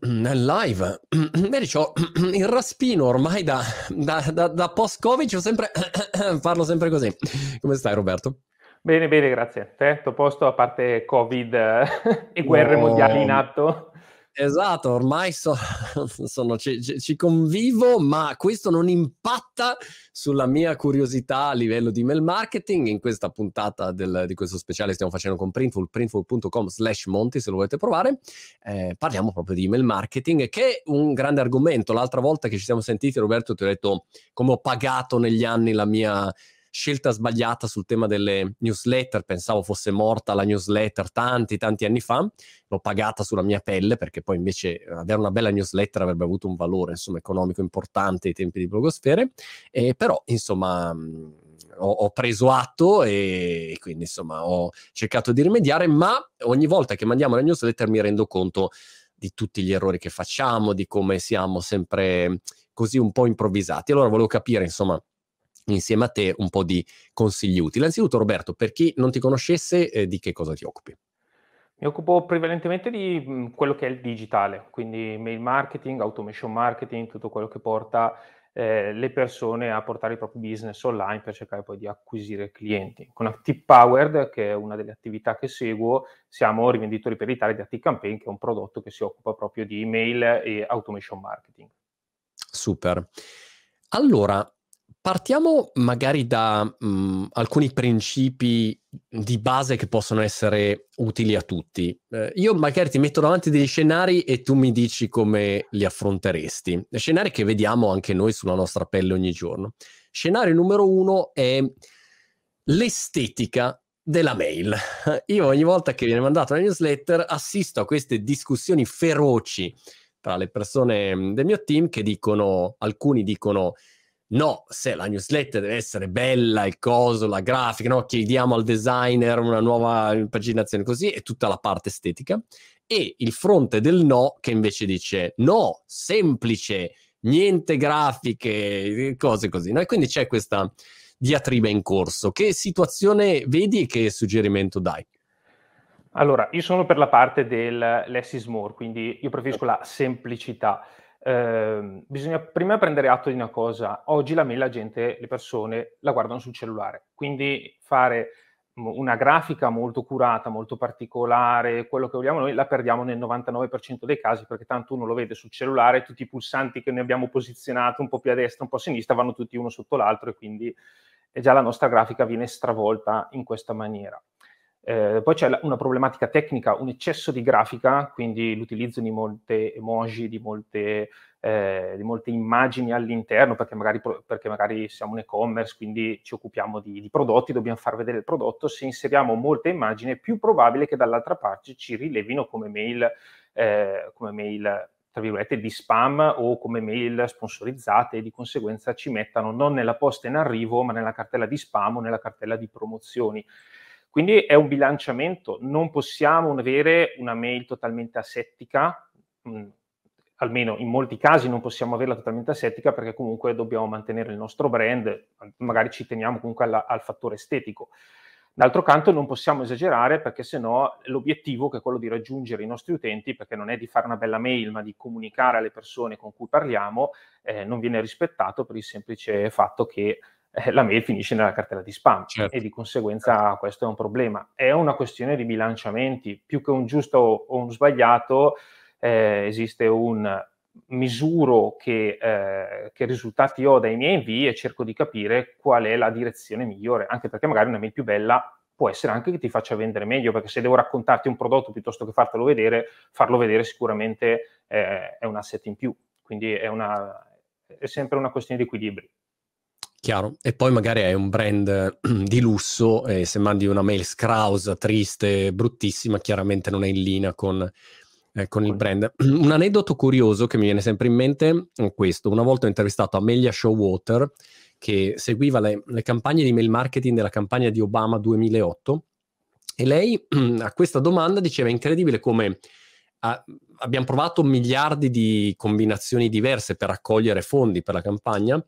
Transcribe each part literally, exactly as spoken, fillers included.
nel live. Vedi, c'ho il raspino ormai da, da, da, da post-Covid, c'ho sempre parlo sempre così. Come stai, Roberto? Bene, bene, grazie. Te, tutto a posto, a parte Covid e guerre mondiali in No, atto? esatto, ormai so, sono, ci, ci- ci convivo, ma questo non impatta sulla mia curiosità a livello di email marketing. In questa puntata del- di questo speciale stiamo facendo con Printful, printful punto com slash Monti, se lo volete provare. Eh, parliamo proprio di email marketing, che è un grande argomento. L'altra volta che ci siamo sentiti, Roberto, ti ho detto come ho pagato negli anni la mia scelta sbagliata sul tema delle newsletter. Pensavo fosse morta la newsletter tanti tanti anni fa, l'ho pagata sulla mia pelle, perché poi invece avere una bella newsletter avrebbe avuto un valore, insomma, economico importante ai tempi di blogosfere. E però insomma mh, ho, ho preso atto e quindi insomma ho cercato di rimediare, ma ogni volta che mandiamo la newsletter mi rendo conto di tutti gli errori che facciamo, di come siamo sempre così un po' improvvisati. Allora volevo capire, insomma, insieme a te un po' di consigli utili. Innanzitutto, Roberto, per chi non ti conoscesse, eh, di che cosa ti occupi? Mi occupo prevalentemente di mh, quello che è il digitale, quindi mail marketing, automation marketing, tutto quello che porta eh, le persone a portare i propri business online per cercare poi di acquisire clienti. Con Active Powered, che è una delle attività che seguo, siamo rivenditori per l'Italia di Active Campaign, che è un prodotto che si occupa proprio di email e automation marketing. Super. Allora, partiamo magari da mh, alcuni principi di base che possono essere utili a tutti. Eh, io magari ti metto davanti degli scenari e tu mi dici come li affronteresti. Scenari che vediamo anche noi sulla nostra pelle ogni giorno. Scenario numero uno è l'estetica della mail. Io ogni volta che viene mandata una newsletter assisto a queste discussioni feroci tra le persone mh, del mio team, che dicono, alcuni dicono no, se la newsletter deve essere bella, il coso, la grafica, no? Chiediamo al designer una nuova impaginazione, così, e tutta la parte estetica. E il fronte del no, che invece dice no, semplice, niente grafiche, cose così, no? E quindi c'è questa diatriba in corso. Che situazione vedi e che suggerimento dai? Allora, io sono per la parte del less is more, quindi io preferisco la semplicità. Ehm, bisogna prima prendere atto di una cosa: oggi la mail la gente, le persone la guardano sul cellulare, quindi fare m una grafica molto curata, molto particolare, quello che vogliamo noi, la perdiamo nel novantanove per cento dei casi, perché tanto uno lo vede sul cellulare, tutti i pulsanti che noi abbiamo posizionato un po' più a destra, un po' a sinistra, vanno tutti uno sotto l'altro, e quindi e già la nostra grafica viene stravolta in questa maniera. Eh, poi c'è la, una problematica tecnica, un eccesso di grafica, quindi l'utilizzo di molte emoji, di molte, eh, di molte immagini all'interno, perché magari, perché magari siamo un e-commerce, quindi ci occupiamo di, di prodotti, dobbiamo far vedere il prodotto. Se inseriamo molte immagini è più probabile che dall'altra parte ci rilevino come mail, eh, come mail tra virgolette di spam, o come mail sponsorizzate, e di conseguenza ci mettano non nella posta in arrivo, ma nella cartella di spam o nella cartella di promozioni. Quindi è un bilanciamento, non possiamo avere una mail totalmente asettica, mh, almeno in molti casi non possiamo averla totalmente asettica, perché comunque dobbiamo mantenere il nostro brand, magari ci teniamo comunque alla, al fattore estetico. D'altro canto non possiamo esagerare, perché sennò l'obiettivo, che è quello di raggiungere i nostri utenti, perché non è di fare una bella mail, ma di comunicare alle persone con cui parliamo, eh, non viene rispettato, per il semplice fatto che eh, la mail finisce nella cartella di spam, e Certo. di conseguenza questo è un problema. È una questione di bilanciamenti, più che un giusto o un sbagliato, eh, esiste un misuro che, eh, che risultati ho dai miei invii, e cerco di capire qual è la direzione migliore, anche perché magari una mail più bella può essere anche che ti faccia vendere meglio, perché se devo raccontarti un prodotto piuttosto che fartelo vedere, farlo vedere sicuramente eh, è un asset in più, quindi è, una, è sempre una questione di equilibrio. Chiaro. E poi magari hai un brand di lusso e se mandi una mail scrausa, triste, bruttissima, chiaramente non è in linea con, eh, con il Con... brand. Un aneddoto curioso che mi viene sempre in mente è questo. Una volta ho intervistato Amelia Showwater, che seguiva le, le campagne di mail marketing della campagna di Obama duemilaotto, e lei a questa domanda diceva: è incredibile come ah, abbiamo provato miliardi di combinazioni diverse per raccogliere fondi per la campagna,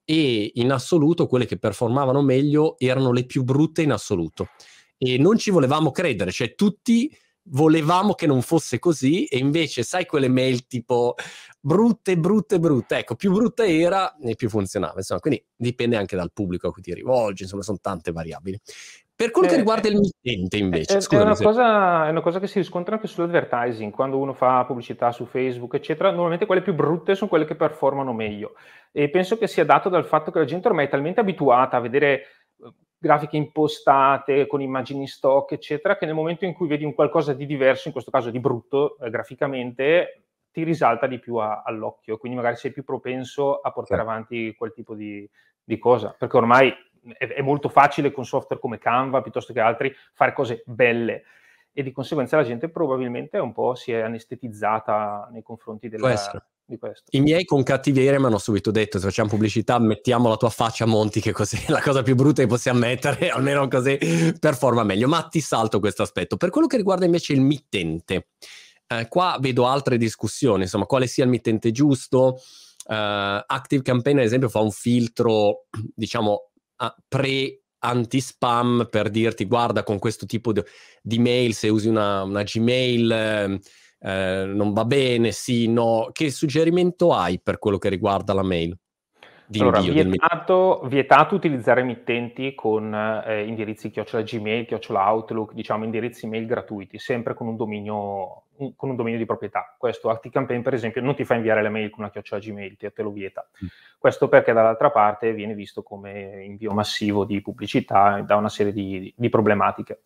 e in assoluto quelle che performavano meglio erano le più brutte in assoluto, e non ci volevamo credere, cioè tutti volevamo che non fosse così, e invece sai quelle mail tipo brutte, brutte, brutte, ecco, più brutta era e più funzionava, insomma, quindi dipende anche dal pubblico a cui ti rivolgi, insomma, sono tante variabili. Per quello che Eh, riguarda il mittente invece, È, è scusami una se... cosa, è una cosa che si riscontra anche sull'advertising, quando uno fa pubblicità su Facebook, eccetera, normalmente quelle più brutte sono quelle che performano meglio. E penso che sia dato dal fatto che la gente ormai è talmente abituata a vedere eh, grafiche impostate, con immagini stock, eccetera, che nel momento in cui vedi un qualcosa di diverso, in questo caso di brutto, eh, graficamente, ti risalta di più a- all'occhio, quindi magari sei più propenso a portare avanti quel tipo di, di cosa, perché ormai è, è molto facile con software come Canva, piuttosto che altri, fare cose belle, e di conseguenza la gente probabilmente un po' si è anestetizzata nei confronti Può della, essere. di questo. I miei con cattiveria mi hanno subito detto: se facciamo pubblicità mettiamo la tua faccia a Monti, che così è la cosa più brutta che possiamo mettere, almeno così performa meglio. Ma ti salto questo aspetto. Per quello che riguarda invece il mittente, eh, qua vedo altre discussioni, insomma, quale sia il mittente giusto. Uh, Active Campaign ad esempio fa un filtro, diciamo, a pre anti-spam, per dirti: guarda, con questo tipo di, di mail, se usi una, una Gmail eh, eh, non va bene, sì, no. Che suggerimento hai per quello che riguarda la mail di Allora, invio del mail? vietato, vietato utilizzare emittenti con eh, indirizzi chiocciola Gmail, chiocciola Outlook, diciamo indirizzi mail gratuiti, sempre con un dominio, un, con un dominio di proprietà. Questo ActiveCampaign, per esempio, non ti fa inviare le mail con una chiocciola Gmail, te, te lo vieta. Mm. Questo perché dall'altra parte viene visto come invio massivo di pubblicità da una serie di, di problematiche.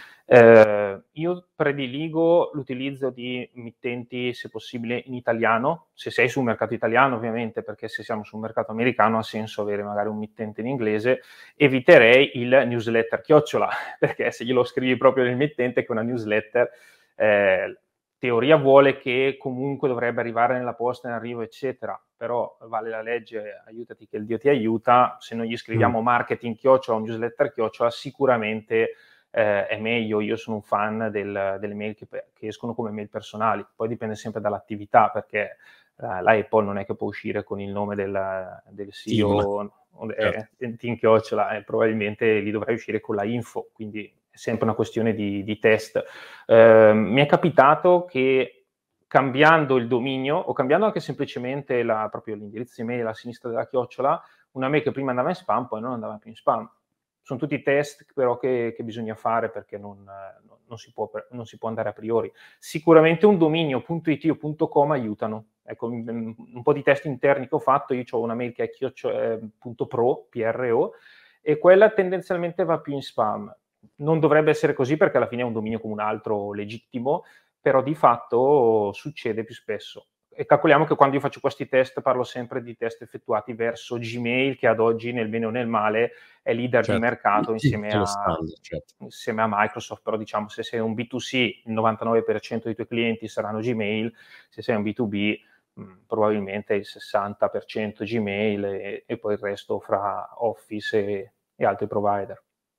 Eh, io prediligo l'utilizzo di mittenti, se possibile, in italiano, se sei sul mercato italiano ovviamente, perché se siamo sul mercato americano ha senso avere magari un mittente in inglese. Eviterei il newsletter chiocciola, perché se glielo scrivi proprio nel mittente che è una newsletter, eh, teoria vuole che comunque dovrebbe arrivare nella posta in arrivo, eccetera, però vale la legge, aiutati che il Dio ti aiuta, se non gli scriviamo Mm. marketing chiocciola o newsletter chiocciola, sicuramente eh, è meglio. Io sono un fan del, delle mail che, che escono come mail personali, poi dipende sempre dall'attività, perché eh, la Apple non è che può uscire con il nome del, del C E O, Certo. eh, team chiocciola, eh, probabilmente lì dovrai uscire con la info, quindi è sempre una questione di, di test. Eh, mi è capitato che cambiando il dominio o cambiando anche semplicemente la, proprio l'indirizzo email a sinistra della chiocciola, una mail che prima andava in spam poi non andava più in spam. Sono tutti test però che, che bisogna fare, perché non, non, si può, non si può andare a priori. Sicuramente un dominio .it o .com aiutano. Ecco, un, un po' di test interni che ho fatto, io ho una mail che è chiocciola, eh, .pro, P R O, e quella tendenzialmente va più in spam. Non dovrebbe essere così, perché alla fine è un dominio come un altro legittimo, però di fatto succede più spesso. E calcoliamo che quando io faccio questi test parlo sempre di test effettuati verso Gmail, che ad oggi, nel bene o nel male, è leader di Certo. mercato insieme È lo a, standard, certo. insieme a Microsoft. Però diciamo, se sei un B due C, il novantanove per cento dei tuoi clienti saranno Gmail, se sei un B due B mh, probabilmente il sessanta per cento Gmail, e, e poi il resto fra Office e, e altri provider.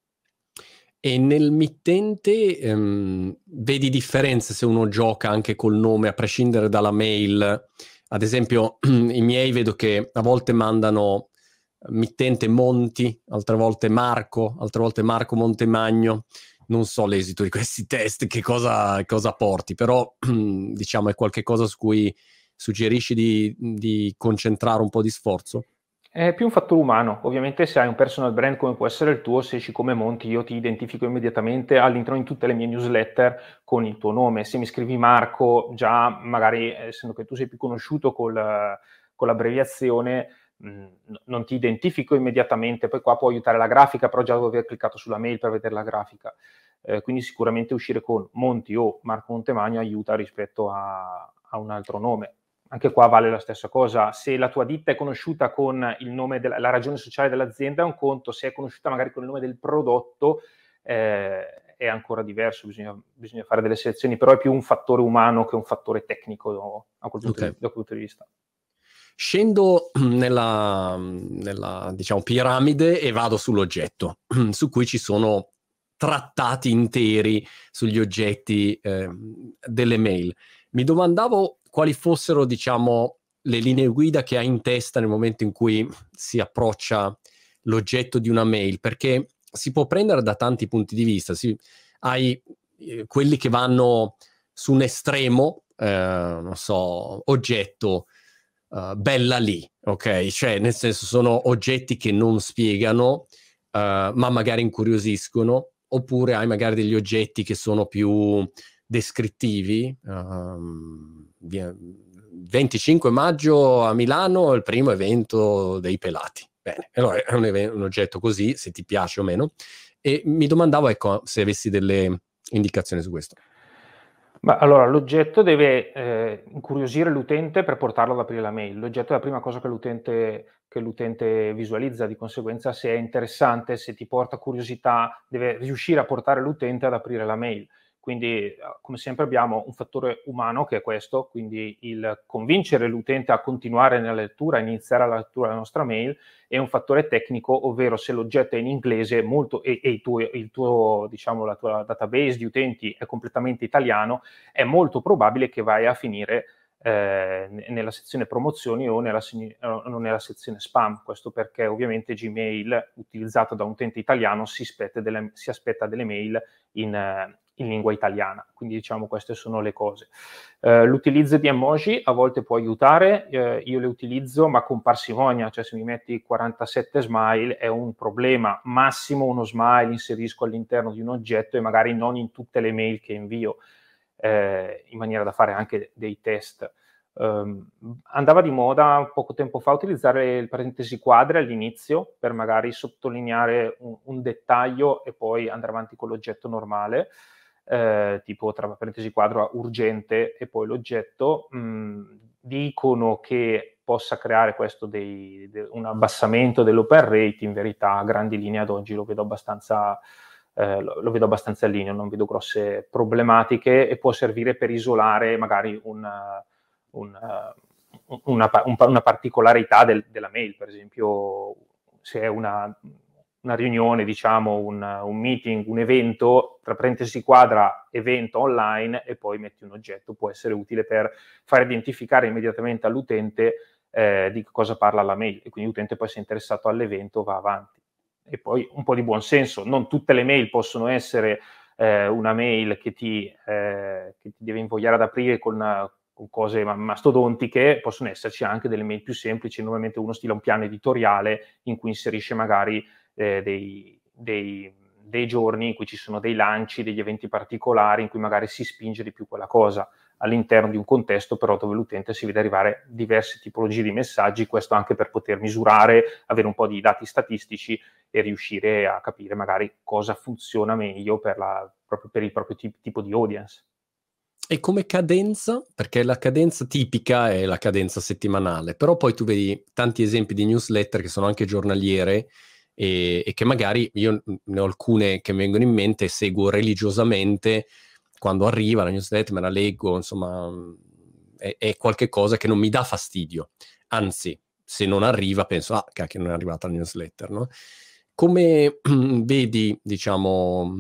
E nel mittente ehm, vedi differenze se uno gioca anche col nome, a prescindere dalla mail? Ad esempio, i miei vedo che a volte mandano mittente Monti, altre volte Marco, altre volte Marco Montemagno. Non so l'esito di questi test, che cosa, cosa porti, però diciamo è qualche cosa su cui suggerisci di, di concentrare un po' di sforzo? È più un fattore umano. Ovviamente se hai un personal brand come può essere il tuo, se esci come Monti, io ti identifico immediatamente all'interno di tutte le mie newsletter con il tuo nome. Se mi scrivi Marco, già magari, essendo che tu sei più conosciuto col, con l'abbreviazione, mh, non ti identifico immediatamente. Poi qua può aiutare la grafica, però già devo aver cliccato sulla mail per vedere la grafica. Eh, quindi sicuramente uscire con Monti o Marco Montemagno aiuta rispetto a, a un altro nome. Anche qua vale la stessa cosa. Se la tua ditta è conosciuta con il nome della la ragione sociale dell'azienda è un conto, se è conosciuta magari con il nome del prodotto eh, è ancora diverso, bisogna, bisogna fare delle selezioni, però è più un fattore umano che un fattore tecnico, no? A quel punto, Okay. di, da quel punto di vista. Scendo nella, nella diciamo, piramide e vado sull'oggetto, su cui ci sono trattati interi sugli oggetti eh, delle mail. Mi domandavo quali fossero, diciamo, le linee guida che hai in testa nel momento in cui si approccia l'oggetto di una mail, perché si può prendere da tanti punti di vista. Si, hai quelli che vanno su un estremo, eh, non so, oggetto, uh, bella lì, ok? Cioè, nel senso, sono oggetti che non spiegano, uh, ma magari incuriosiscono, oppure hai magari degli oggetti che sono più descrittivi. Um, venticinque maggio a Milano, il primo evento dei pelati. Bene, allora è un, evento, un oggetto così, se ti piace o meno. E mi domandavo, ecco, se avessi delle indicazioni su questo. Ma allora, l'oggetto deve eh, incuriosire l'utente per portarlo ad aprire la mail. L'oggetto è la prima cosa che l'utente, che l'utente visualizza, di conseguenza se è interessante, se ti porta curiosità, deve riuscire a portare l'utente ad aprire la mail. Quindi, come sempre, abbiamo un fattore umano che è questo, quindi il convincere l'utente a continuare nella lettura, a iniziare la lettura della nostra mail, e un fattore tecnico, ovvero se l'oggetto è in inglese molto, e, e il tuo, il tuo, diciamo, la tua database di utenti è completamente italiano, è molto probabile che vai a finire eh, nella sezione promozioni o nella, o nella sezione spam. Questo perché ovviamente Gmail, utilizzato da un utente italiano, si aspetta delle, si aspetta delle mail in... in lingua italiana, quindi diciamo queste sono le cose. Eh, l'utilizzo di emoji a volte può aiutare, eh, io le utilizzo ma con parsimonia, cioè se mi metti quarantasette smile è un problema, massimo uno smile inserisco all'interno di un oggetto e magari non in tutte le mail che invio, eh, in maniera da fare anche dei test. Um, andava di moda poco tempo fa utilizzare il parentesi quadre all'inizio per magari sottolineare un, un dettaglio e poi andare avanti con l'oggetto normale. Eh, tipo tra parentesi quadro urgente e poi l'oggetto, mh, dicono che possa creare questo dei, de, un abbassamento dell'open rate. In verità a grandi linee ad oggi lo vedo abbastanza eh, lo, lo vedo abbastanza in linea, non vedo grosse problematiche e può servire per isolare magari un, un, una, una particolarità del, della mail, per esempio se è una una riunione, diciamo, un, un meeting, un evento, tra parentesi quadra evento online e poi metti un oggetto, può essere utile per far identificare immediatamente all'utente eh, di cosa parla la mail e quindi l'utente poi se è interessato all'evento va avanti. E poi un po' di buon senso, non tutte le mail possono essere eh, una mail che ti, eh, che ti deve invogliare ad aprire con, una, con cose mastodontiche, possono esserci anche delle mail più semplici, normalmente uno stila un piano editoriale in cui inserisce magari Eh, dei, dei, dei giorni in cui ci sono dei lanci, degli eventi particolari in cui magari si spinge di più quella cosa all'interno di un contesto però dove l'utente si vede arrivare diverse tipologie di messaggi, questo anche per poter misurare, avere un po' di dati statistici e riuscire a capire magari cosa funziona meglio per, la, proprio per il proprio t- tipo di audience. E come cadenza, perché la cadenza tipica è la cadenza settimanale, però poi tu vedi tanti esempi di newsletter che sono anche giornaliere, E, e che magari io ne ho alcune che mi vengono in mente e seguo religiosamente quando arriva la newsletter, me la leggo, insomma è, è qualche cosa che non mi dà fastidio, anzi se non arriva penso ah cacchio non è arrivata la newsletter, no? Come vedi diciamo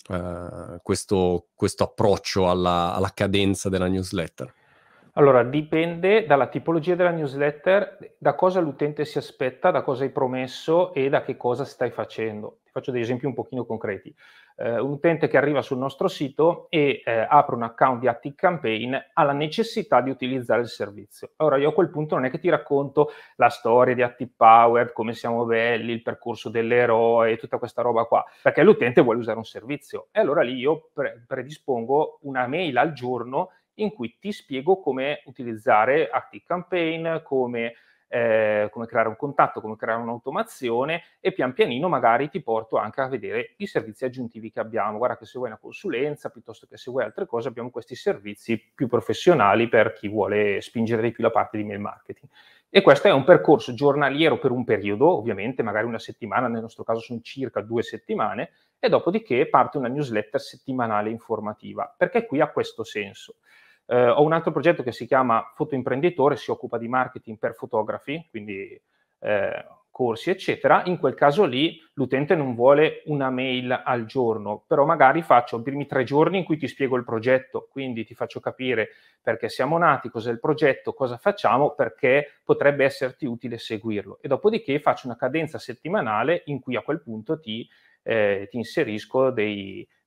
uh, questo, questo approccio alla, alla cadenza della newsletter? Allora, dipende dalla tipologia della newsletter, da cosa l'utente si aspetta, da cosa hai promesso e da che cosa stai facendo. Ti faccio degli esempi un pochino concreti. Uh, un utente che arriva sul nostro sito e uh, apre un account di ActiveCampaign ha la necessità di utilizzare il servizio. Allora io a quel punto non è che ti racconto la storia di ActivePowered, come siamo belli, il percorso dell'eroe e tutta questa roba qua, perché l'utente vuole usare un servizio. E allora lì io pre- predispongo una mail al giorno in cui ti spiego come utilizzare ActiveCampaign, come, eh, come creare un contatto, come creare un'automazione e pian pianino magari ti porto anche a vedere i servizi aggiuntivi che abbiamo. Guarda che se vuoi una consulenza, piuttosto che se vuoi altre cose, abbiamo questi servizi più professionali per chi vuole spingere di più la parte di mail marketing. E questo è un percorso giornaliero per un periodo, ovviamente magari una settimana, nel nostro caso sono circa due settimane, e dopodiché parte una newsletter settimanale informativa, perché qui ha questo senso. Eh, ho un altro progetto che si chiama Fotoimprenditore, si occupa di marketing per fotografi, quindi eh, corsi, eccetera. In quel caso lì l'utente non vuole una mail al giorno, però magari faccio i primi tre giorni in cui ti spiego il progetto, quindi ti faccio capire perché siamo nati, cos'è il progetto, cosa facciamo, perché potrebbe esserti utile seguirlo. E dopodiché faccio una cadenza settimanale in cui a quel punto ti, eh, ti inserisco dei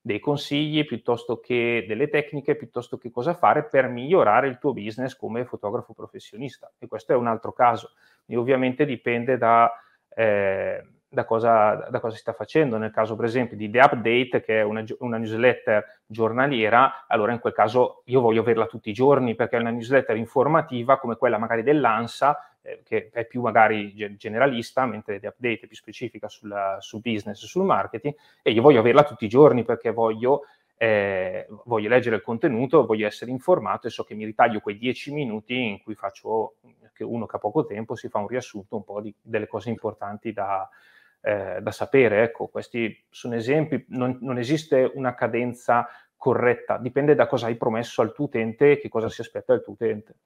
dei consigli, piuttosto che delle tecniche, piuttosto che cosa fare per migliorare il tuo business come fotografo professionista. E questo è un altro caso. E ovviamente dipende da, eh, da, cosa, da cosa si sta facendo. Nel caso, per esempio, di The Update, che è una, una newsletter giornaliera, allora in quel caso io voglio averla tutti i giorni, perché è una newsletter informativa come quella magari dell'ANSA, eh, che è più magari generalista, mentre The Update è più specifica sulla, sul business, sul marketing, e io voglio averla tutti i giorni perché voglio, eh, voglio leggere il contenuto, voglio essere informato e so che mi ritaglio quei dieci minuti in cui faccio, che uno che ha poco tempo si fa un riassunto un po' di, delle cose importanti da, eh, da sapere. Ecco, questi sono esempi, non, non esiste una cadenza corretta, dipende da cosa hai promesso al tuo utente e che cosa si aspetta dal tuo utente.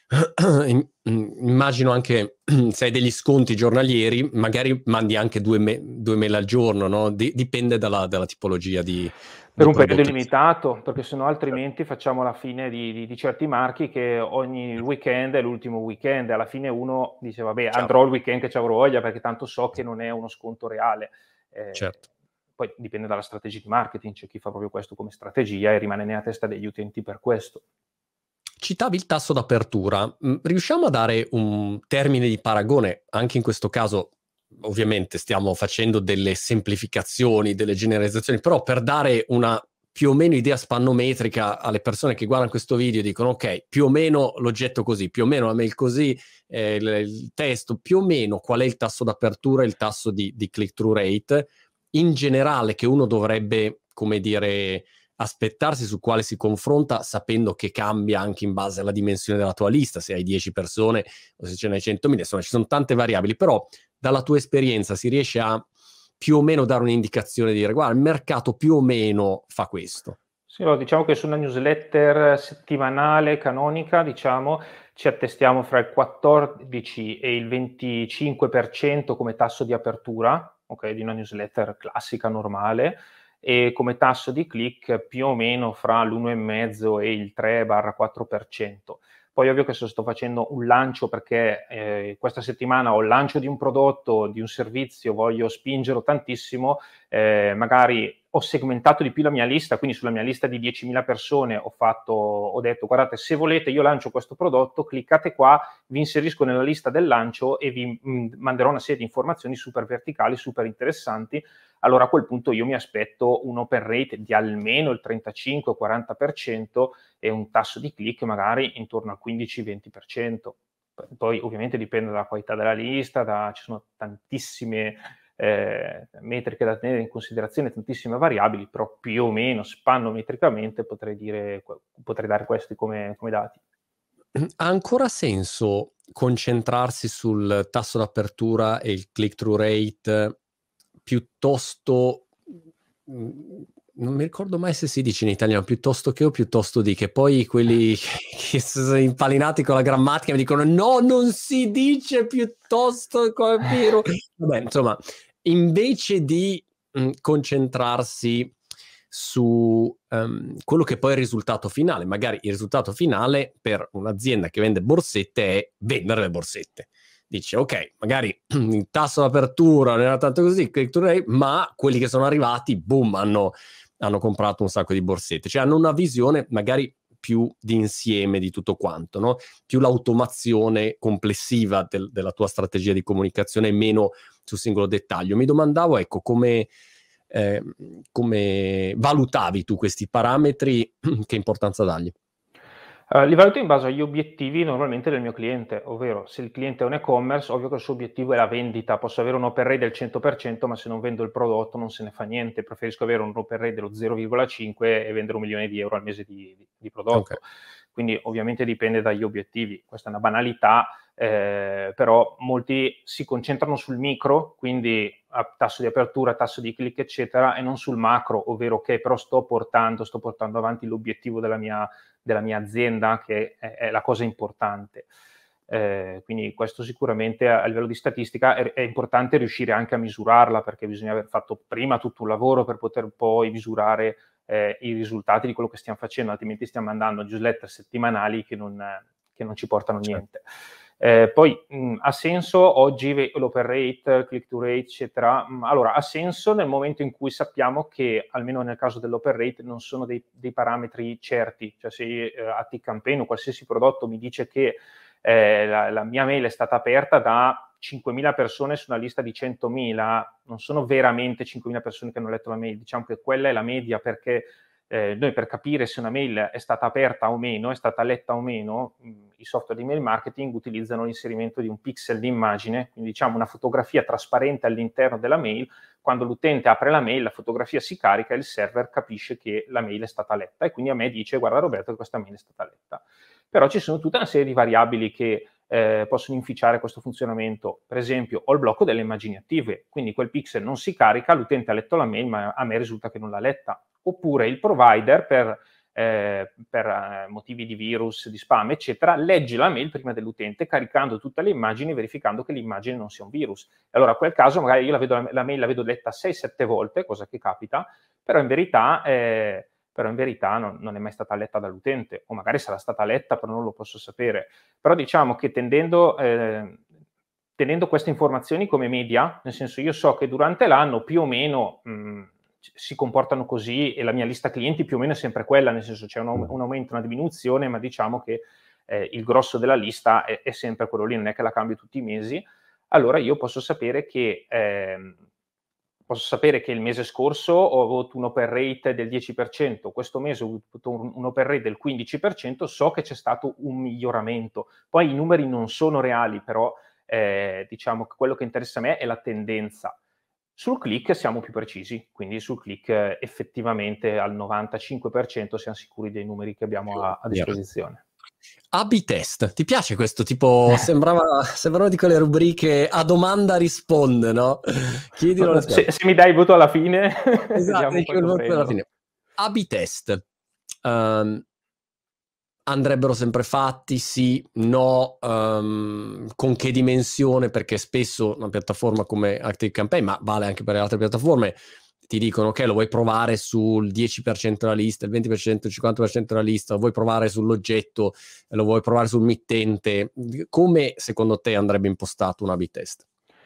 Immagino anche se hai degli sconti giornalieri, magari mandi anche due, me- due mail al giorno, no? Di- dipende dalla, dalla tipologia di, Per di un periodo prodotto. limitato, perché sennò altrimenti facciamo la fine di, di, di certi marchi che ogni weekend è l'ultimo weekend, alla fine uno dice vabbè andrò il weekend che ci avrò voglia perché tanto so che non è uno sconto reale. Eh, Certo. Poi dipende dalla strategia di marketing, c'è chi fa proprio questo come strategia e rimane nella testa degli utenti per questo. Citavi il tasso d'apertura. Riusciamo a dare un termine di paragone? Anche in questo caso, ovviamente, stiamo facendo delle semplificazioni, delle generalizzazioni, però per dare una più o meno idea spannometrica alle persone che guardano questo video e dicono ok, più o meno l'oggetto così, più o meno la mail così, eh, il, il testo, più o meno qual è il tasso d'apertura e il tasso di, di click-through rate, in generale che uno dovrebbe, come dire, aspettarsi, su quale si confronta, sapendo che cambia anche in base alla dimensione della tua lista, se hai dieci persone o se ce ne hai centomila, insomma ci sono tante variabili, però dalla tua esperienza si riesce a più o meno dare un'indicazione di dire guarda, il mercato più o meno fa questo. Sì, no, diciamo che su una newsletter settimanale canonica, diciamo, ci attestiamo fra il quattordici e il venticinque per cento come tasso di apertura, ok, di una newsletter classica, normale, e come tasso di click più o meno fra l'uno virgola cinque e il tre quattro per cento. Poi ovvio che se sto facendo un lancio perché eh, questa settimana ho il lancio di un prodotto, di un servizio, voglio spingerlo tantissimo, eh, magari ho segmentato di più la mia lista, quindi sulla mia lista di diecimila persone ho fatto, ho detto guardate, se volete io lancio questo prodotto, cliccate qua, vi inserisco nella lista del lancio e vi mh, manderò una serie di informazioni super verticali, super interessanti. Allora a quel punto io mi aspetto un open rate di almeno il trentacinque quaranta per cento e un tasso di click magari intorno al quindici venti per cento. Poi ovviamente dipende dalla qualità della lista, da, ci sono tantissime eh, metriche da tenere in considerazione, tantissime variabili, però più o meno spannometricamente potrei dire, potrei dare questi come, come dati. Ha ancora senso concentrarsi sul tasso d'apertura e il click-through rate piuttosto, non mi ricordo mai se si dice in italiano piuttosto che o piuttosto di, che poi quelli che sono impalinati con la grammatica mi dicono no, non si dice piuttosto, come vero. Vabbè, insomma, invece di mh, concentrarsi su um, quello che poi è il risultato finale, magari il risultato finale per un'azienda che vende borsette è vendere le borsette. Dice ok, magari il tasso d'apertura non era tanto così, ma quelli che sono arrivati, boom, hanno, hanno comprato un sacco di borsette, cioè hanno una visione magari più di insieme di tutto quanto, no? Più l'automazione complessiva del, della tua strategia di comunicazione e meno sul singolo dettaglio. Mi domandavo, ecco, come, eh, come valutavi tu questi parametri, che importanza dargli? Uh, li valuto in base agli obiettivi normalmente del mio cliente, ovvero se il cliente è un e-commerce, ovvio che il suo obiettivo è la vendita, posso avere un open rate del cento per cento, ma se non vendo il prodotto non se ne fa niente, preferisco avere un open rate dello zero virgola cinque e vendere un milione di euro al mese di, di, di prodotto. Okay. Quindi ovviamente dipende dagli obiettivi, questa è una banalità, eh, però molti si concentrano sul micro, quindi a tasso di apertura, tasso di click, eccetera, e non sul macro, ovvero che però sto portando, sto portando avanti l'obiettivo della mia, della mia azienda, che è, è la cosa importante. Eh, quindi questo sicuramente a, a livello di statistica è, è importante riuscire anche a misurarla, perché bisogna aver fatto prima tutto un lavoro per poter poi misurare eh, i risultati di quello che stiamo facendo, altrimenti stiamo mandando newsletter settimanali che non, che non ci portano niente. Eh, poi mh, ha senso oggi l'open rate, click to rate, eccetera. Mh, allora, ha senso nel momento in cui sappiamo che, almeno nel caso dell'open rate, non sono dei, dei parametri certi. Cioè se eh, ActiveCampaign o qualsiasi prodotto mi dice che eh, la, la mia mail è stata aperta da cinquemila persone su una lista di centomila, non sono veramente cinquemila persone che hanno letto la mail, diciamo che quella è la media, perché eh, noi per capire se una mail è stata aperta o meno, è stata letta o meno, mh, i software di mail marketing utilizzano l'inserimento di un pixel di immagine, quindi diciamo una fotografia trasparente all'interno della mail. Quando l'utente apre la mail, la fotografia si carica e il server capisce che la mail è stata letta e quindi a me dice: guarda Roberto, che questa mail è stata letta. Però ci sono tutta una serie di variabili che eh, possono inficiare questo funzionamento. Per esempio, ho il blocco delle immagini attive, quindi quel pixel non si carica, l'utente ha letto la mail, ma a me risulta che non l'ha letta. Oppure il provider, per, eh, per eh, motivi di virus, di spam, eccetera, legge la mail prima dell'utente, caricando tutte le immagini, verificando che l'immagine non sia un virus. E allora, a quel caso, magari io la, vedo, la mail la vedo letta sei sette volte, cosa che capita, però in verità... Eh, però in verità non, non è mai stata letta dall'utente, o magari sarà stata letta, però non lo posso sapere. Però diciamo che tendendo, eh, tenendo queste informazioni come media, nel senso io so che durante l'anno più o meno mh, si comportano così e la mia lista clienti più o meno è sempre quella, nel senso c'è un, un aumento, una diminuzione, ma diciamo che eh, il grosso della lista è, è sempre quello lì, non è che la cambio tutti i mesi. Allora io posso sapere che... Eh, posso sapere che il mese scorso ho avuto un open rate del dieci per cento, questo mese ho avuto un, un open rate del quindici per cento, so che c'è stato un miglioramento. Poi i numeri non sono reali, però eh, diciamo che quello che interessa a me è la tendenza. Sul click siamo più precisi, quindi sul click eh, effettivamente al novantacinque per cento siamo sicuri dei numeri che abbiamo a, a disposizione. A B test, ti piace questo? Tipo, sembrava, sembrava di quelle rubriche a domanda risponde, no? Chiedilo se, se mi dai il voto alla fine, esatto, dico il voto alla fine. A B test um, andrebbero sempre fatti, sì, no, um, con che dimensione? Perché spesso una piattaforma come ActiveCampaign, ma vale anche per le altre piattaforme, ti dicono ok, lo vuoi provare sul dieci per cento della lista, il venti per cento, il cinquanta per cento della lista, lo vuoi provare sull'oggetto, lo vuoi provare sul mittente. Come secondo te andrebbe impostato un A B test?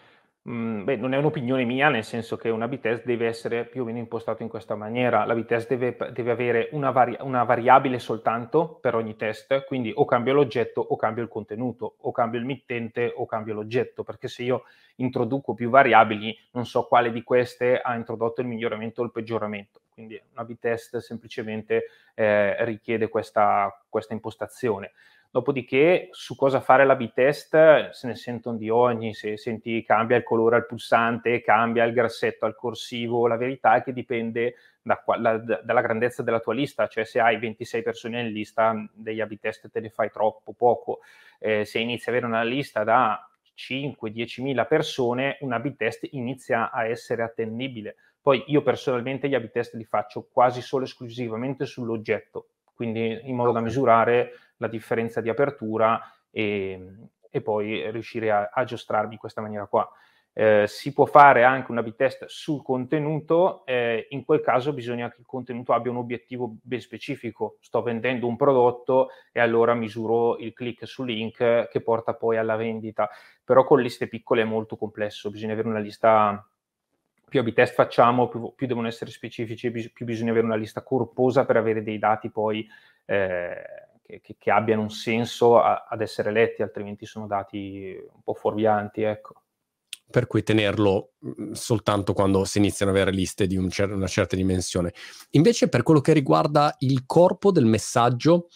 Mm, beh, non è un'opinione mia, nel senso che un A B test deve essere più o meno impostato in questa maniera. L'A B test deve, deve avere una, vari- una variabile soltanto per ogni test, quindi o cambio l'oggetto o cambio il contenuto, o cambio il mittente o cambio l'oggetto, perché se io introduco più variabili non so quale di queste ha introdotto il miglioramento o il peggioramento. Quindi un A B test semplicemente eh, richiede questa, questa impostazione. Dopodiché, su cosa fare l'A B test, se ne sentono di ogni, se senti cambia il colore al pulsante, cambia il grassetto al corsivo, la verità è che dipende da, la, da, dalla grandezza della tua lista, cioè se hai ventisei persone in lista, degli A B test te ne fai troppo poco, eh, se inizi a avere una lista da cinque diecimila persone, un A B test inizia a essere attendibile. Poi io personalmente gli A B test li faccio quasi solo esclusivamente sull'oggetto, quindi in modo da misurare la differenza di apertura e, e poi riuscire a, a aggiustarmi in questa maniera qua. Eh, si può fare anche un A B test sul contenuto, eh, in quel caso bisogna che il contenuto abbia un obiettivo ben specifico. Sto vendendo un prodotto e allora misuro il click sul link che porta poi alla vendita, però con liste piccole è molto complesso, bisogna avere una lista, più A B test facciamo, più, più devono essere specifici, più bisogna avere una lista corposa per avere dei dati poi eh, che, che, che abbiano un senso a, ad essere letti, altrimenti sono dati un po' fuorvianti, ecco. Per cui tenerlo soltanto quando si iniziano ad avere liste di un cer- una certa dimensione. Invece per quello che riguarda il corpo del messaggio,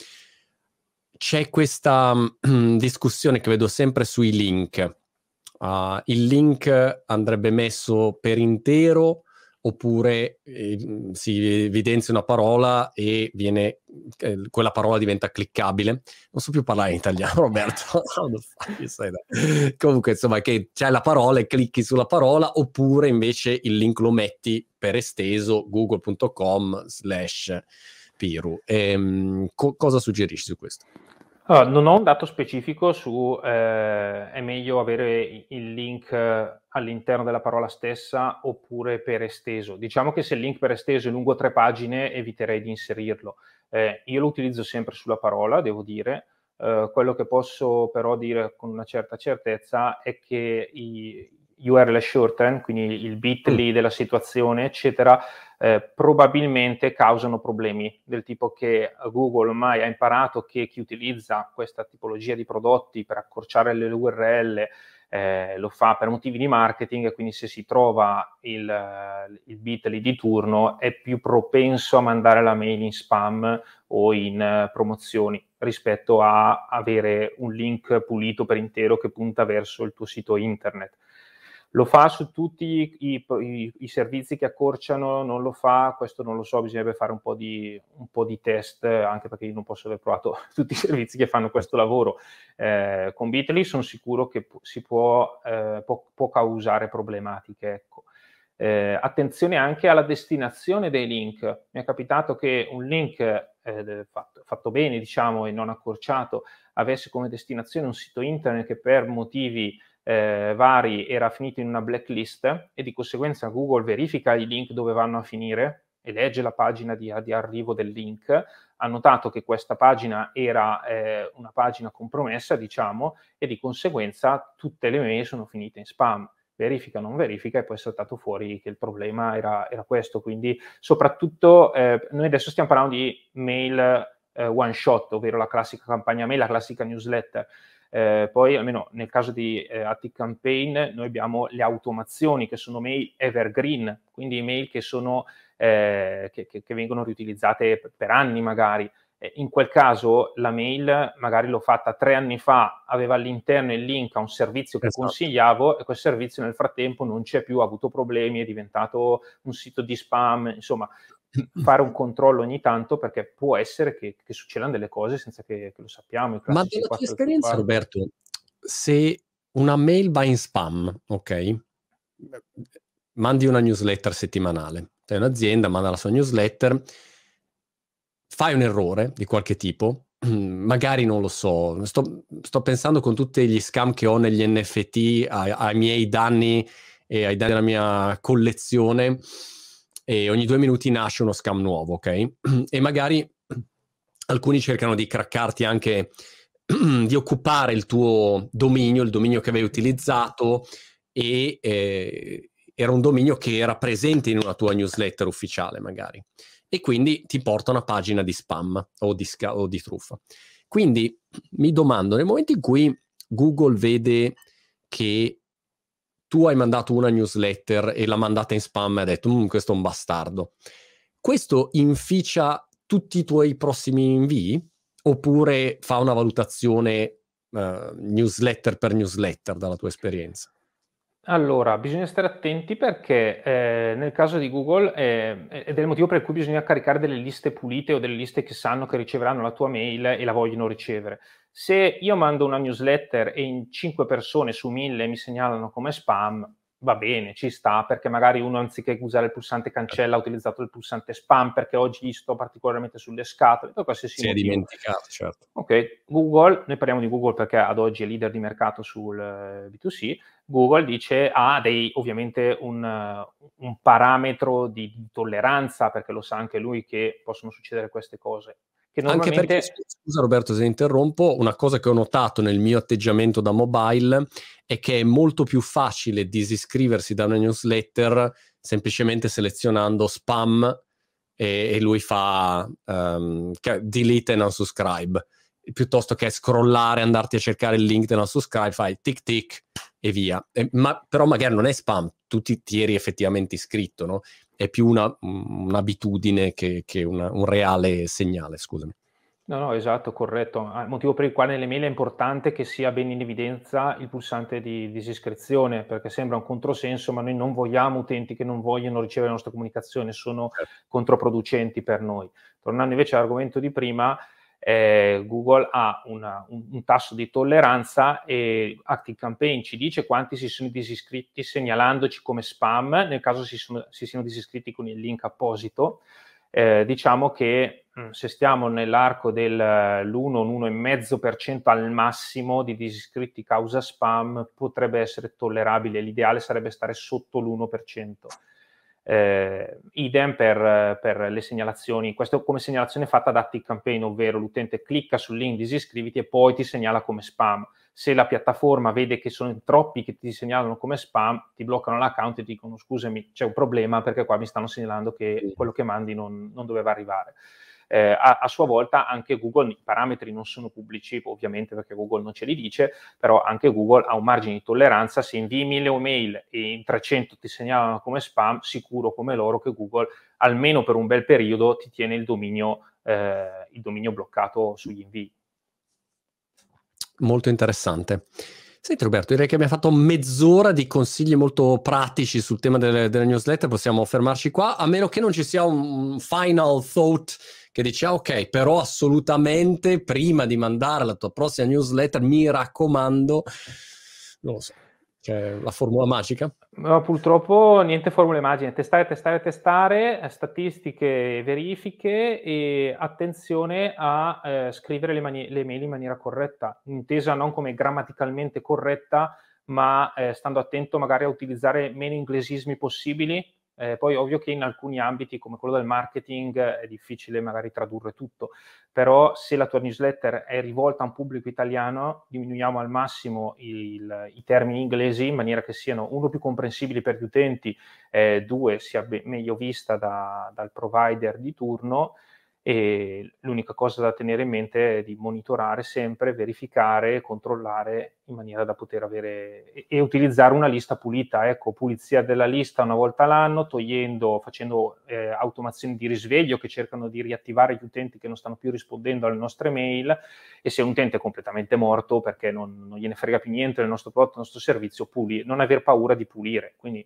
c'è questa um, discussione che vedo sempre sui link. Uh, il link andrebbe messo per intero oppure eh, si evidenzia una parola e viene eh, quella parola diventa cliccabile. Non so più parlare in italiano, Roberto. Comunque, insomma, che c'è la parola e clicchi sulla parola, oppure invece il link lo metti per esteso google punto com slash piru. Ehm, co- cosa suggerisci su questo? Allora, non ho un dato specifico su eh, è meglio avere il link all'interno della parola stessa oppure per esteso. Diciamo che se il link per esteso è lungo tre pagine eviterei di inserirlo. Eh, io lo utilizzo sempre sulla parola, devo dire, Uh, quello che posso però dire con una certa certezza è che i U R L shorten, quindi il bit punto l y della situazione, eccetera, eh, probabilmente causano problemi del tipo che Google ormai ha imparato che chi utilizza questa tipologia di prodotti per accorciare le U R L eh, lo fa per motivi di marketing, e quindi se si trova il, il bit punto l y di turno è più propenso a mandare la mail in spam o in uh, promozioni rispetto a avere un link pulito per intero che punta verso il tuo sito internet. Lo fa su tutti i, i, i servizi che accorciano, non lo fa, questo non lo so, bisognerebbe fare un po' di, un po' di test, anche perché io non posso aver provato tutti i servizi che fanno questo lavoro. Eh, con bit punto l y sono sicuro che si può, eh, può, può causare problematiche, ecco. Eh, attenzione anche alla destinazione dei link. Mi è capitato che un link eh, fatto, fatto bene, diciamo, e non accorciato, avesse come destinazione un sito internet che per motivi eh, vari era finito in una blacklist, e di conseguenza Google verifica i link dove vanno a finire e legge la pagina di, di arrivo del link. Ha notato che questa pagina era eh, una pagina compromessa, diciamo, e di conseguenza tutte le mail sono finite in spam. Verifica, non verifica, e poi è saltato fuori che il problema era, era questo. Quindi soprattutto eh, noi adesso stiamo parlando di mail eh, one shot, ovvero la classica campagna mail, la classica newsletter. Eh, poi almeno nel caso di eh, ActiveCampaign noi abbiamo le automazioni, che sono mail evergreen, quindi mail che, sono, eh, che, che, che vengono riutilizzate per, per anni magari. In quel caso la mail magari l'ho fatta tre anni fa, aveva all'interno il link a un servizio che esatto. consigliavo, e quel servizio nel frattempo non c'è più, ha avuto problemi, è diventato un sito di spam. Insomma, fare un controllo ogni tanto, perché può essere che, che succedano delle cose senza che, che lo sappiamo. Ma dalla tua esperienza, Roberto, se una mail va in spam, ok? Mandi una newsletter settimanale, sei un'azienda, manda la sua newsletter, fai un errore di qualche tipo, magari non lo so, sto, sto pensando con tutti gli scam che ho negli N F T ai, ai miei danni e ai danni della mia collezione, e ogni due minuti nasce uno scam nuovo, ok? E magari alcuni cercano di craccarti anche, di occupare il tuo dominio, il dominio che avevi utilizzato, e eh, era un dominio che era presente in una tua newsletter ufficiale magari, e quindi ti porta una pagina di spam o di, sca- o di truffa. Quindi mi domando, nel momento in cui Google vede che tu hai mandato una newsletter e l'ha mandata in spam e ha detto mmm, questo è un bastardo, questo inficia tutti i tuoi prossimi invii? Oppure fa una valutazione uh, newsletter per newsletter dalla tua esperienza? Allora, bisogna stare attenti, perché eh, nel caso di Google eh, ed è il motivo per cui bisogna caricare delle liste pulite o delle liste che sanno che riceveranno la tua mail e la vogliono ricevere. Se io mando una newsletter e in cinque persone su mille mi segnalano come spam, va bene, ci sta, perché magari uno, anziché usare il pulsante cancella, ha utilizzato il pulsante spam perché oggi gli sto particolarmente sulle scatole, per qualsiasi si motivo. è dimenticato, certo. Ok, Google, noi parliamo di Google perché ad oggi è leader di mercato sul uh, B due C. Google dice ha dei, ovviamente un, uh, un parametro di, di tolleranza, perché lo sa anche lui che possono succedere queste cose. Che normalmente... Anche perché, scusa Roberto se interrompo, una cosa che ho notato nel mio atteggiamento da mobile è che è molto più facile disiscriversi da una newsletter semplicemente selezionando spam e, e lui fa um, delete and unsubscribe, piuttosto che scrollare, andarti a cercare il link della unsubscribe, fai tic tic e via. E, ma, però magari non è spam, tu ti, ti eri effettivamente iscritto, no? È più una, un'abitudine che, che una, un reale segnale, scusami. No, no, esatto, corretto. Il motivo per il quale nelle mail è importante che sia ben in evidenza il pulsante di disiscrizione, perché sembra un controsenso, ma noi non vogliamo utenti che non vogliono ricevere la nostra comunicazione, sono certo. controproducenti per noi. Tornando invece all'argomento di prima, eh, Google ha una, un, un tasso di tolleranza, e ActiveCampaign ci dice quanti si sono disiscritti segnalandoci come spam, nel caso si, sono, si siano disiscritti con il link apposito. Eh, diciamo che mh, se stiamo nell'arco dell'uno, l'uno virgola cinque per cento al massimo di disiscritti causa spam, potrebbe essere tollerabile. L'ideale sarebbe stare sotto l'uno per cento. Eh, idem per, per le segnalazioni, questo come segnalazione fatta da ActiveCampaign, ovvero l'utente clicca sul link disiscriviti e poi ti segnala come spam. Se la piattaforma vede che sono troppi che ti segnalano come spam, ti bloccano l'account e ti dicono scusami, c'è un problema perché qua mi stanno segnalando che quello che mandi non, non doveva arrivare. Eh, a, a sua volta anche Google, i parametri non sono pubblici ovviamente perché Google non ce li dice, però anche Google ha un margine di tolleranza. Se invii mille mail e in trecento ti segnalano come spam, sicuro come loro che Google almeno per un bel periodo ti tiene il dominio, eh, il dominio bloccato sugli invii. Molto interessante. Senti Roberto, direi che abbiamo fatto mezz'ora di consigli molto pratici sul tema delle, delle newsletter, possiamo fermarci qua, a meno che non ci sia un final thought che dice ah, ok, però assolutamente prima di mandare la tua prossima newsletter mi raccomando, non lo so, c'è la formula magica? No, purtroppo niente formule magiche, testare, testare, testare, statistiche, verifiche e attenzione a eh, scrivere le, mani- le mail in maniera corretta, intesa non come grammaticalmente corretta, ma eh, stando attento magari a utilizzare meno inglesismi possibili. Eh, poi ovvio che in alcuni ambiti come quello del marketing è difficile magari tradurre tutto, però se la tua newsletter è rivolta a un pubblico italiano, diminuiamo al massimo il, i termini inglesi in maniera che siano uno più comprensibili per gli utenti, eh, due sia be- meglio vista da, dal provider di turno. E l'unica cosa da tenere in mente è di monitorare sempre, verificare, controllare in maniera da poter avere e, e utilizzare una lista pulita. Ecco, pulizia della lista una volta l'anno, togliendo, facendo eh, automazioni di risveglio che cercano di riattivare gli utenti che non stanno più rispondendo alle nostre mail, e se un utente è completamente morto perché non, non gliene frega più niente del nostro prodotto, del nostro servizio, puli, non aver paura di pulire. Quindi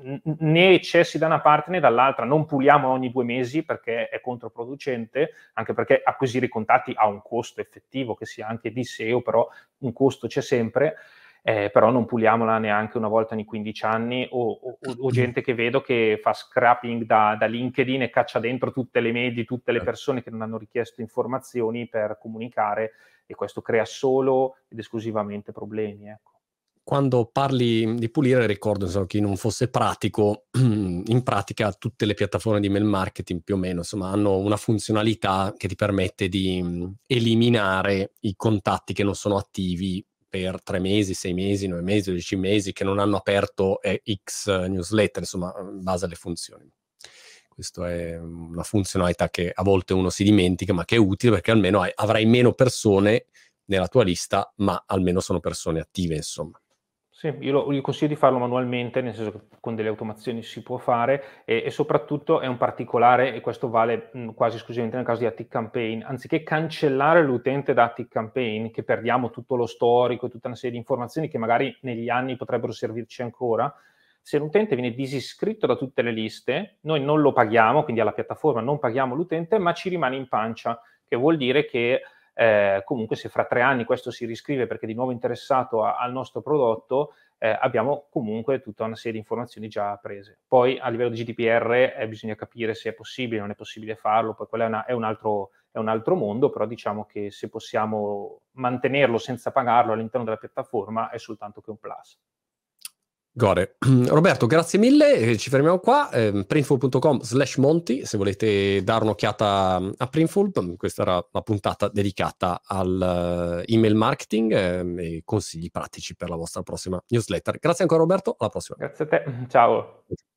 né eccessi da una parte né dall'altra, non puliamo ogni due mesi perché è controproducente, anche perché acquisire i contatti ha un costo effettivo che sia anche di S E O, però un costo c'è sempre, eh, però non puliamola neanche una volta ogni quindici anni o, o, o gente che vedo che fa scrapping da, da LinkedIn e caccia dentro tutte le mail di tutte le persone che non hanno richiesto informazioni per comunicare, e questo crea solo ed esclusivamente problemi, ecco. Quando parli di pulire, ricordo, insomma, chi non fosse pratico, in pratica tutte le piattaforme di mail marketing più o meno, insomma, hanno una funzionalità che ti permette di mh, eliminare i contatti che non sono attivi per tre mesi, sei mesi, nove mesi, dodici mesi, che non hanno aperto eh, X newsletter, insomma, in base alle funzioni. Questa è una funzionalità che a volte uno si dimentica, ma che è utile perché almeno hai, avrai meno persone nella tua lista, ma almeno sono persone attive, insomma. Sì, io, lo, io consiglio di farlo manualmente, nel senso che con delle automazioni si può fare, e, e soprattutto è un particolare, e questo vale mh, quasi esclusivamente nel caso di ActiveCampaign, anziché cancellare l'utente da ActiveCampaign, che perdiamo tutto lo storico e tutta una serie di informazioni che magari negli anni potrebbero servirci ancora, se l'utente viene disiscritto da tutte le liste, noi non lo paghiamo, quindi alla piattaforma non paghiamo l'utente, ma ci rimane in pancia, che vuol dire che Eh, comunque se fra tre anni questo si riscrive perché è di nuovo interessato a, al nostro prodotto, eh, abbiamo comunque tutta una serie di informazioni già prese. Poi a livello di G D P R eh, bisogna capire se è possibile o non è possibile farlo, poi quello è, una, è, un altro, è un altro mondo, però diciamo che se possiamo mantenerlo senza pagarlo all'interno della piattaforma è soltanto che un plus. Gore. Roberto, grazie mille, ci fermiamo qua, eh, printful punto com slash monti se volete dare un'occhiata a Printful. Questa era la puntata dedicata al uh, email marketing eh, e consigli pratici per la vostra prossima newsletter. Grazie ancora Roberto, alla prossima. Grazie a te, ciao.